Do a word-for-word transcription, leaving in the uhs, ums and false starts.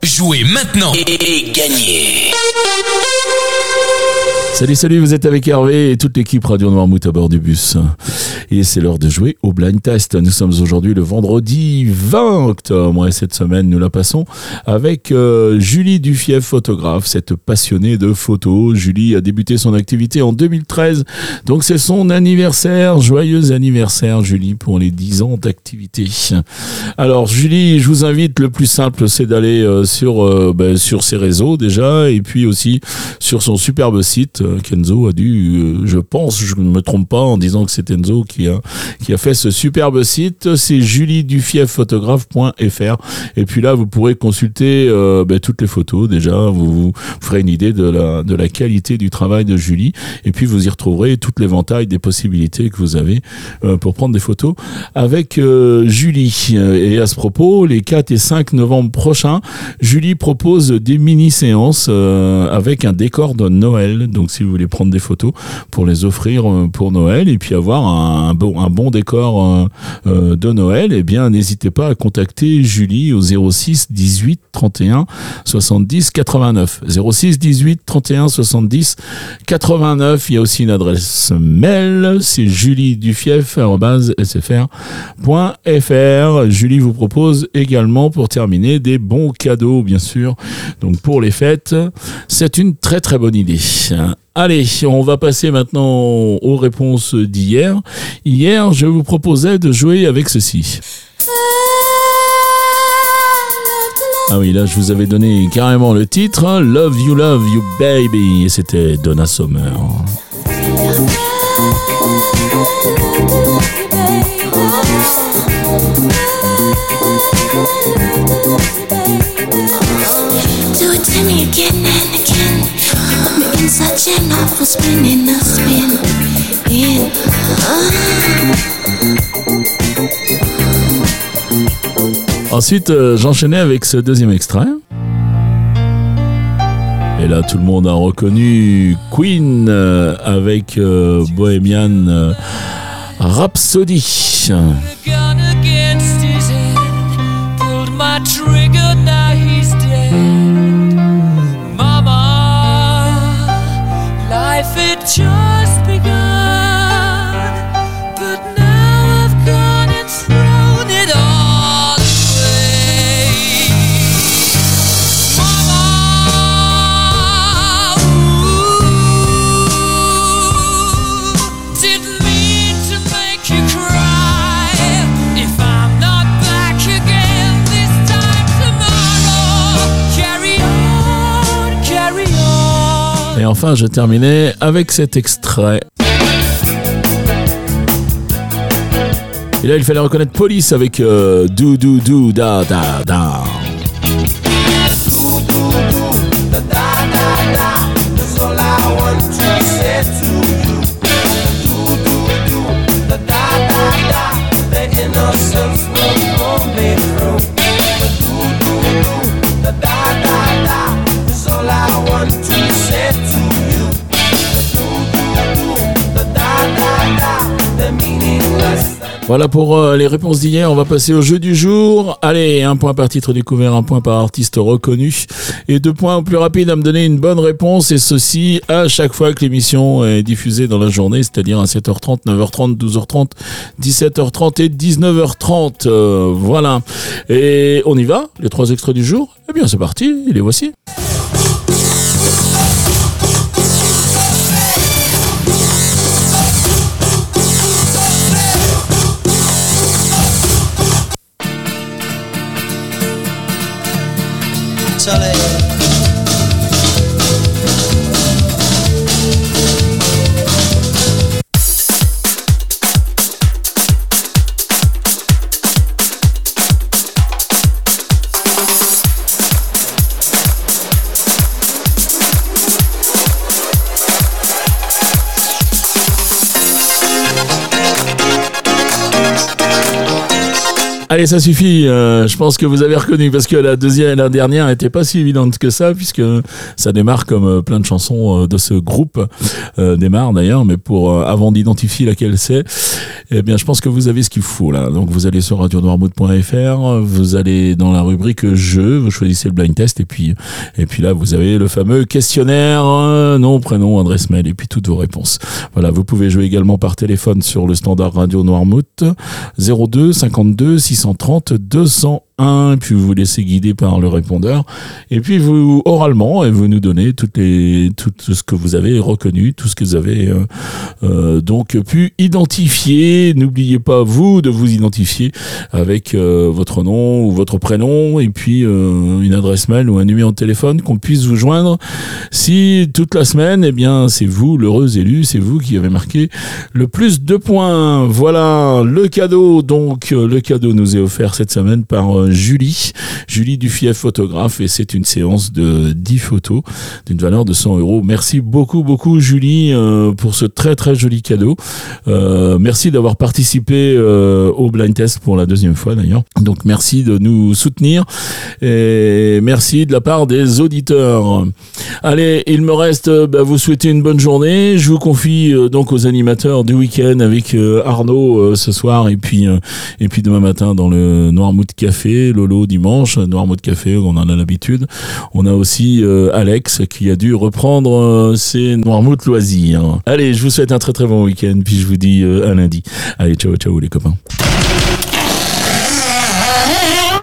Jouez maintenant et, et gagnez. Salut, salut, vous êtes avec Hervé et toute l'équipe Radio Noirmouth à bord du bus. Et c'est l'heure de jouer au blind test. Nous sommes aujourd'hui le vendredi vingt octobre et cette semaine, nous la passons avec euh, Julie Dufièvre, photographe, cette passionnée de photos. Julie a débuté son activité en deux mille treize, donc c'est son anniversaire. Joyeux anniversaire, Julie, pour les dix ans d'activité. Alors, Julie, je vous invite, le plus simple, c'est d'aller euh, sur, euh, ben, sur ses réseaux déjà, et puis aussi sur son superbe site. Kenzo a dû, euh, je pense, je ne me trompe pas en disant que c'est Kenzo qui a, qui a fait ce superbe site, c'est julie dufièvre photographe point f r. Et puis là, vous pourrez consulter euh, ben, toutes les photos. Déjà, vous, vous ferez une idée de la, de la qualité du travail de Julie. Et puis, vous y retrouverez toute l'éventail des possibilités que vous avez euh, pour prendre des photos avec euh, Julie. Et à ce propos, les quatre et cinq novembre prochains, Julie propose des mini-séances euh, avec un décor de Noël. Donc, si vous voulez prendre des photos pour les offrir pour Noël et puis avoir un, un, bon, un bon décor euh, de Noël, eh bien, n'hésitez pas à contacter Julie au zéro six dix-huit trente et un soixante-dix quatre-vingt-neuf. zéro six dix-huit trente et un soixante-dix quatre-vingt-neuf. Il y a aussi une adresse mail, c'est julie dufièvre arobase s f r point f r. Julie vous propose également, pour terminer, des bons cadeaux, bien sûr. Donc, pour les fêtes, c'est une très très bonne idée. Allez, on va passer maintenant aux réponses d'hier. Hier, je vous proposais de jouer avec ceci. Ah oui, là, je vous avais donné carrément le titre, hein, Love You Love You Baby, et c'était Donna Summer. Do it to me again and again. Put me in such an awful spin, in a spin, in. Uh. Ensuite, euh, j'enchaînais avec ce deuxième extrait. Et là, tout le monde a reconnu Queen euh, avec euh, Bohemian euh, Rhapsody. It just begun, but now I've gone and thrown it all away. Mama, ooh, didn't mean to make you cry. If I'm not back again this time tomorrow, carry on, carry on. Et enfin, je terminais avec cet extrait. Et là, il fallait reconnaître Police avec euh, Do Do Do Da Da Da. Voilà pour euh, les réponses d'hier. On va passer au jeu du jour. Allez, un point par titre découvert, un point par artiste reconnu et deux points au plus rapide à me donner une bonne réponse, et ceci à chaque fois que l'émission est diffusée dans la journée, c'est-à-dire à sept heures trente, neuf heures trente, douze heures trente, dix-sept heures trente et dix-neuf heures trente. Euh, voilà. Et on y va, les trois extraits du jour. Eh bien, c'est parti, les voici. Soleil. Allez, ça suffit. Euh, je pense que vous avez reconnu parce que la deuxième, la dernière n'était pas si évidente que ça, puisque ça démarre comme euh, plein de chansons euh, de ce groupe euh, démarre d'ailleurs, mais pour euh, avant d'identifier laquelle c'est, eh bien, je pense que vous avez ce qu'il faut là. Donc, vous allez sur radio noirmouth point f r, vous allez dans la rubrique jeux, vous choisissez le blind test et puis et puis là, vous avez le fameux questionnaire, euh, nom, prénom, adresse mail et puis toutes vos réponses. Voilà, vous pouvez jouer également par téléphone sur le standard Radio Noirmouth zéro deux cinquante-deux six cent trente deux cent un, et puis vous vous laissez guider par le répondeur et puis vous oralement et vous nous donnez toutes les tout ce que vous avez reconnu, tout ce que vous avez euh, euh, donc pu identifier. N'oubliez pas vous de vous identifier avec euh, votre nom ou votre prénom et puis euh, une adresse mail ou un numéro de téléphone qu'on puisse vous joindre si toute la semaine, eh bien c'est vous l'heureux élu, c'est vous qui avez marqué le plus de points. Voilà le cadeau. Donc euh, le cadeau nous est offert cette semaine par euh, Julie, Julie Dufief, photographe, et c'est une séance de dix photos d'une valeur de cent euros. Merci beaucoup, beaucoup Julie euh, pour ce très très joli cadeau. Euh, merci d'avoir participé euh, au blind test pour la deuxième fois d'ailleurs. Donc merci de nous soutenir et merci de la part des auditeurs. Allez, il me reste bah, vous souhaiter une bonne journée. Je vous confie euh, donc aux animateurs du week-end avec euh, Arnaud euh, ce soir et puis euh, et puis demain matin dans le Noirmouth Café. Lolo dimanche, Noirmouth Café, on en a l'habitude. On a aussi euh, Alex qui a dû reprendre euh, ses Noirmouth loisirs. Allez, je vous souhaite un très très bon week-end, puis je vous dis euh, à lundi. Allez, ciao ciao les copains.